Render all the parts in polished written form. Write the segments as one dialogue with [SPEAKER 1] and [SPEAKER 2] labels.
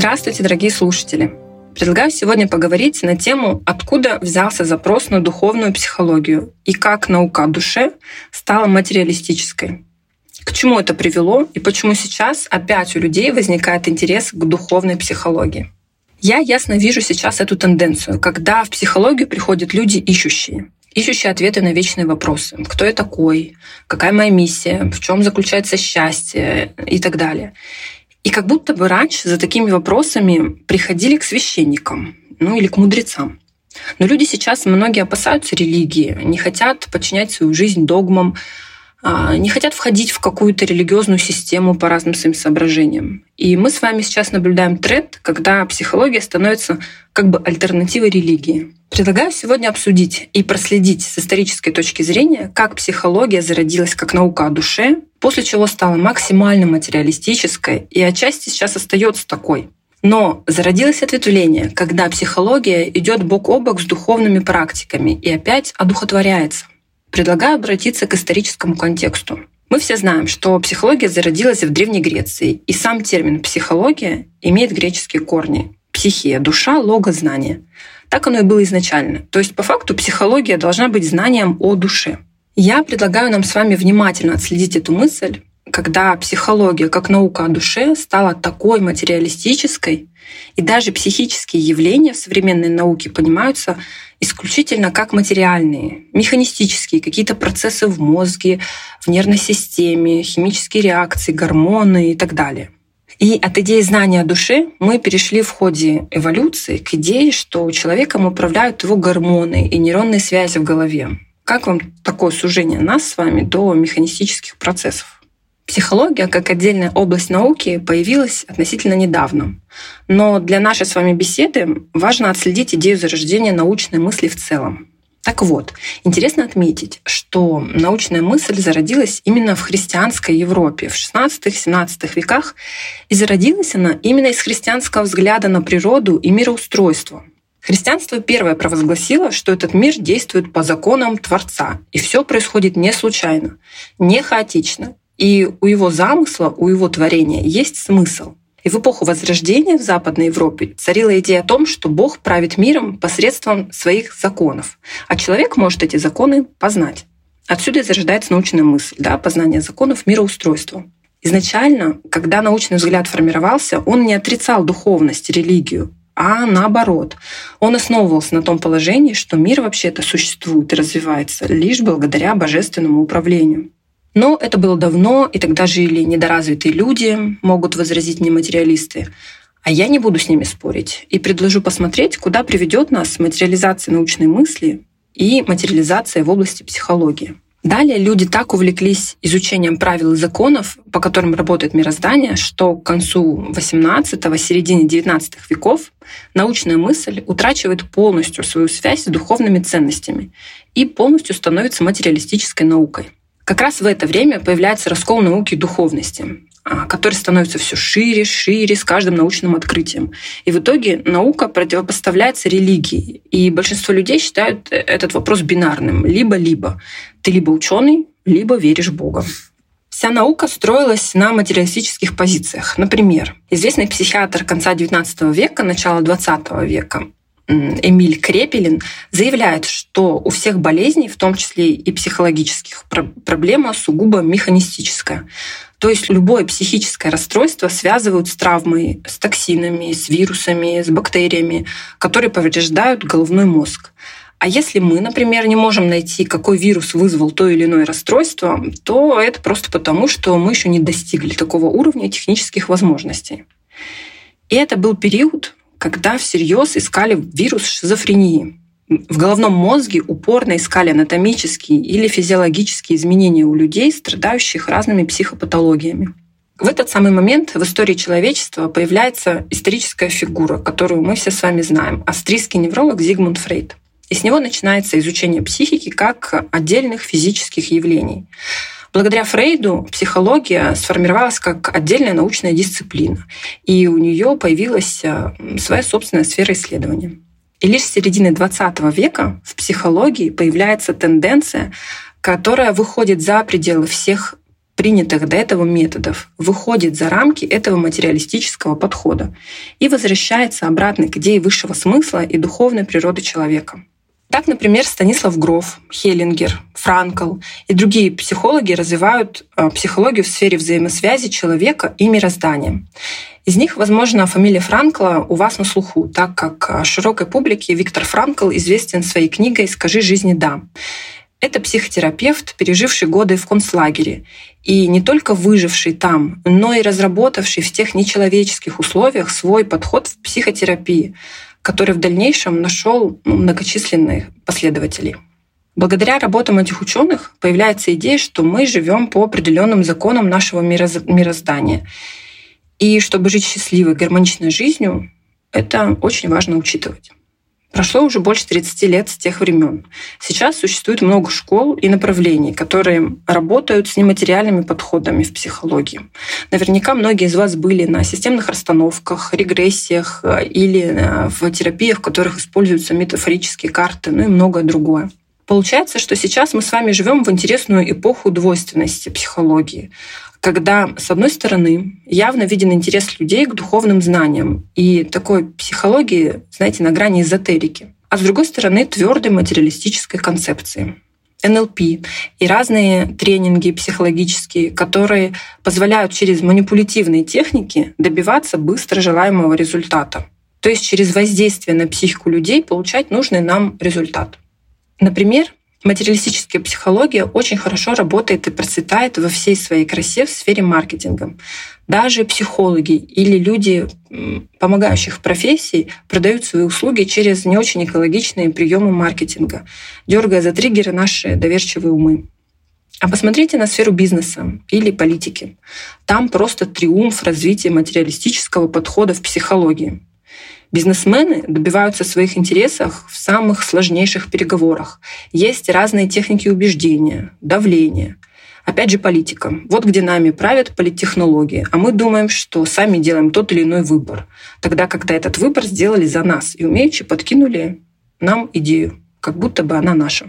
[SPEAKER 1] Здравствуйте, дорогие слушатели! Предлагаю сегодня поговорить на тему, откуда взялся запрос на духовную психологию и как наука о душе стала материалистической. К чему это привело и почему сейчас опять у людей возникает интерес к духовной психологии. Я ясно вижу сейчас эту тенденцию, когда в психологию приходят люди ищущие ответы на вечные вопросы. Кто я такой? Какая моя миссия? В чем заключается счастье? И так далее. И как будто бы раньше за такими вопросами приходили к священникам, или к мудрецам. Но люди сейчас многие опасаются религии, не хотят подчинять свою жизнь догмам, не хотят входить в какую-то религиозную систему по разным своим соображениям. И мы с вами сейчас наблюдаем тренд, когда психология становится как бы альтернативой религии. Предлагаю сегодня обсудить и проследить с исторической точки зрения, как психология зародилась как наука о душе, после чего стала максимально материалистической и отчасти сейчас остается такой. Но зародилось ответвление, когда психология идет бок о бок с духовными практиками и опять одухотворяется. Предлагаю обратиться к историческому контексту. Мы все знаем, что психология зародилась в Древней Греции, и сам термин «психология» имеет греческие корни. Психия — душа, логос — знание. Так оно и было изначально. То есть, по факту, психология должна быть знанием о душе. Я предлагаю нам с вами внимательно отследить эту мысль, когда психология как наука о душе стала такой материалистической, и даже психические явления в современной науке понимаются исключительно как материальные, механистические, какие-то процессы в мозге, в нервной системе, химические реакции, гормоны и так далее. И от идеи знания о душе мы перешли в ходе эволюции к идее, что человеком управляют его гормоны и нейронные связи в голове. Как вам такое сужение нас с вами до механистических процессов? Психология, как отдельная область науки, появилась относительно недавно. Но для нашей с вами беседы важно отследить идею зарождения научной мысли в целом. Так вот, интересно отметить, что научная мысль зародилась именно в христианской Европе в XVI-XVII веках, и зародилась она именно из христианского взгляда на природу и мироустройство. Христианство первое провозгласило, что этот мир действует по законам Творца, и все происходит не случайно, не хаотично. И у его замысла, у его творения есть смысл. И в эпоху Возрождения в Западной Европе царила идея о том, что Бог правит миром посредством своих законов, а человек может эти законы познать. Отсюда и зарождается научная мысль, познание законов мироустройства. Изначально, когда научный взгляд формировался, он не отрицал духовность, религию, а наоборот. Он основывался на том положении, что мир вообще-то существует и развивается лишь благодаря божественному управлению. Но это было давно, и тогда жили недоразвитые люди, могут возразить мне материалисты. А я не буду с ними спорить и предложу посмотреть, куда приведет нас материализация научной мысли и материализация в области психологии. Далее люди так увлеклись изучением правил и законов, по которым работает мироздание, что к концу XVIII, середине XIX веков научная мысль утрачивает полностью свою связь с духовными ценностями и полностью становится материалистической наукой. Как раз в это время появляется раскол науки и духовности, который становится все шире с каждым научным открытием. И в итоге наука противопоставляется религии. И большинство людей считают этот вопрос бинарным. Либо-либо. Ты либо ученый, либо веришь в Бога. Вся наука строилась на материалистических позициях. Например, известный психиатр конца XIX века, начала XX века Эмиль Крепелин заявляет, что у всех болезней, в том числе и психологических, проблема сугубо механистическая. То есть любое психическое расстройство связывают с травмой, с токсинами, с вирусами, с бактериями, которые повреждают головной мозг. А если мы, например, не можем найти, какой вирус вызвал то или иное расстройство, то это просто потому, что мы еще не достигли такого уровня технических возможностей. И это был период, когда всерьез искали вирус шизофрении. В головном мозге упорно искали анатомические или физиологические изменения у людей, страдающих разными психопатологиями. В этот самый момент в истории человечества появляется историческая фигура, которую мы все с вами знаем — австрийский невролог Зигмунд Фрейд. И с него начинается изучение психики как отдельных физических явлений. Благодаря Фрейду психология сформировалась как отдельная научная дисциплина, и у нее появилась своя собственная сфера исследования. И лишь с середины XX века в психологии появляется тенденция, которая выходит за пределы всех принятых до этого методов выходит за рамки этого материалистического подхода и возвращается обратно к идее высшего смысла и духовной природы человека. Так, например, Станислав Гроф, Хеллингер, Франкл и другие психологи развивают психологию в сфере взаимосвязи человека и мироздания. Из них, возможно, фамилия Франкла у вас на слуху, так как широкой публике Виктор Франкл известен своей книгой «Скажи жизни да». Это психотерапевт, переживший годы в концлагере, и не только выживший там, но и разработавший в тех нечеловеческих условиях свой подход в психотерапии, который в дальнейшем нашел многочисленных последователей. Благодаря работам этих ученых появляется идея, что мы живем по определенным законам нашего мироздания. И чтобы жить счастливой, гармоничной жизнью, это очень важно учитывать. Прошло уже больше 30 лет с тех времен. Сейчас существует много школ и направлений, которые работают с нематериальными подходами в психологии. Наверняка многие из вас были на системных расстановках, регрессиях или в терапиях, в которых используются метафорические карты, ну и многое другое. Получается, что сейчас мы с вами живем в интересную эпоху двойственности психологии, когда, с одной стороны, явно виден интерес людей к духовным знаниям и такой психологии, знаете, на грани эзотерики, а с другой стороны, твердой материалистической концепции. НЛП и разные тренинги психологические, которые позволяют через манипулятивные техники добиваться быстро желаемого результата. То есть через воздействие на психику людей получать нужный нам результат. Например, материалистическая психология очень хорошо работает и процветает во всей своей красе в сфере маркетинга. Даже психологи или люди, помогающих профессий, продают свои услуги через не очень экологичные приемы маркетинга, дергая за триггеры наши доверчивые умы. А посмотрите на сферу бизнеса или политики. Там просто триумф развития материалистического подхода в психологии. Бизнесмены добиваются своих интересов в самых сложнейших переговорах. Есть разные техники убеждения, давления. Опять же, политика. Вот где нами правят политтехнологии, а мы думаем, что сами делаем тот или иной выбор, тогда когда этот выбор сделали за нас и умеючи подкинули нам идею, как будто бы она наша.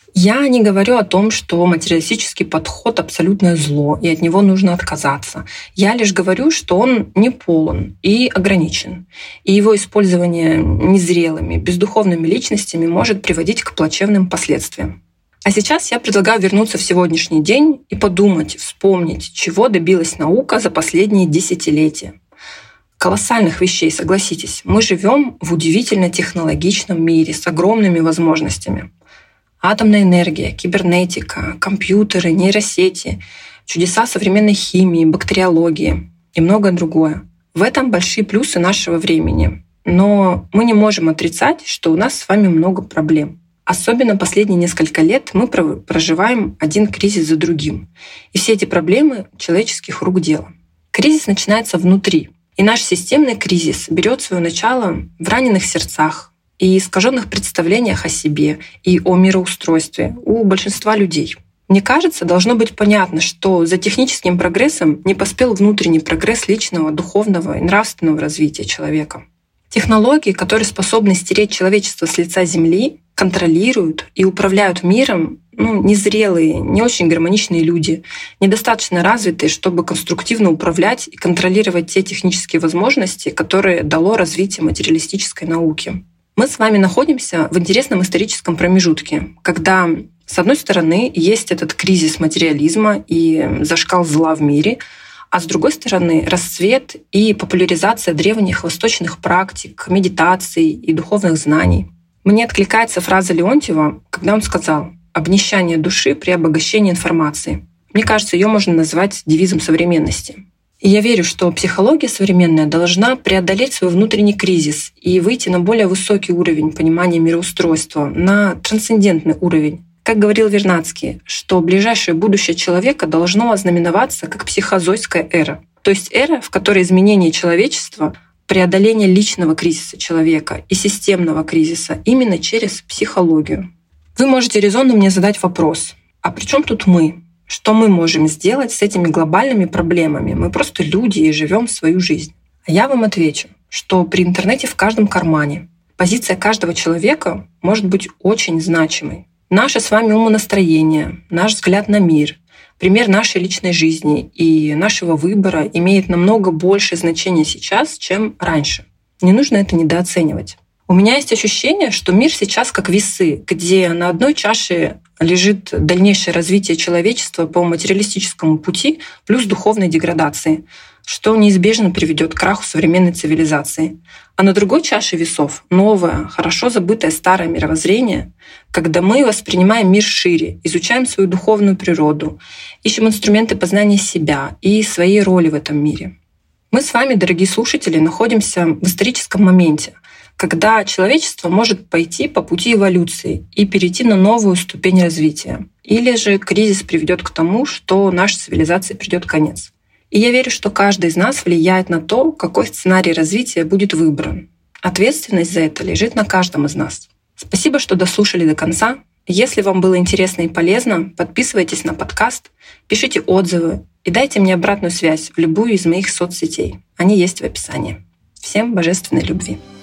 [SPEAKER 1] Я не говорю о том, что материалистический подход — абсолютное зло, и от него нужно отказаться. Я лишь говорю, что он не полон и ограничен, и его использование незрелыми, бездуховными личностями может приводить к плачевным последствиям. А сейчас я предлагаю вернуться в сегодняшний день и подумать, вспомнить, чего добилась наука за последние десятилетия. Колоссальных вещей, согласитесь. Мы живем в удивительно технологичном мире с огромными возможностями. Атомная энергия, кибернетика, компьютеры, нейросети, чудеса современной химии, бактериологии и многое другое. В этом большие плюсы нашего времени. Но мы не можем отрицать, что у нас с вами много проблем. Особенно последние несколько лет мы проживаем один кризис за другим. И все эти проблемы человеческих рук дело. Кризис начинается внутри. И наш системный кризис берет свое начало в раненых сердцах и искаженных представлениях о себе и о мироустройстве у большинства людей. Мне кажется, должно быть понятно, что за техническим прогрессом не поспел внутренний прогресс личного, духовного и нравственного развития человека. Технологии, которые способны стереть человечество с лица Земли, контролируют и управляют миром незрелые, не очень гармоничные люди, недостаточно развитые, чтобы конструктивно управлять и контролировать те технические возможности, которые дало развитие материалистической науки. Мы с вами находимся в интересном историческом промежутке, когда, с одной стороны, есть этот кризис материализма и зашкал зла в мире, а с другой стороны, расцвет и популяризация древних восточных практик, медитаций и духовных знаний. Мне откликается фраза Леонтьева, когда он сказал «обнищание души при обогащении информации». Мне кажется, ее можно назвать девизом современности. И я верю, что психология современная должна преодолеть свой внутренний кризис и выйти на более высокий уровень понимания мироустройства, на трансцендентный уровень. Как говорил Вернадский, что ближайшее будущее человека должно ознаменоваться как психозойская эра. То есть эра, в которой изменение человечества, преодоление личного кризиса человека и системного кризиса именно через психологию. Вы можете резонно мне задать вопрос: а при чем тут мы? Что мы можем сделать с этими глобальными проблемами? Мы просто люди и живем свою жизнь. А я вам отвечу, что при интернете в каждом кармане позиция каждого человека может быть очень значимой. Наше с вами умонастроение, наш взгляд на мир, Пример нашей личной жизни и нашего выбора имеет намного больше значения сейчас, чем раньше. Не нужно это недооценивать. У меня есть ощущение, что мир сейчас как весы, где на одной чаше лежит дальнейшее развитие человечества по материалистическому пути плюс духовной деградации, что неизбежно приведет к краху современной цивилизации. А на другой чаше весов новое, хорошо забытое старое мировоззрение, когда мы воспринимаем мир шире, изучаем свою духовную природу, ищем инструменты познания себя и своей роли в этом мире. Мы с вами, дорогие слушатели, находимся в историческом моменте, когда человечество может пойти по пути эволюции и перейти на новую ступень развития. Или же кризис приведет к тому, что нашей цивилизации придет конец. И я верю, что каждый из нас влияет на то, какой сценарий развития будет выбран. Ответственность за это лежит на каждом из нас. Спасибо, что дослушали до конца. Если вам было интересно и полезно, подписывайтесь на подкаст, пишите отзывы и дайте мне обратную связь в любую из моих соцсетей. Они есть в описании. Всем божественной любви!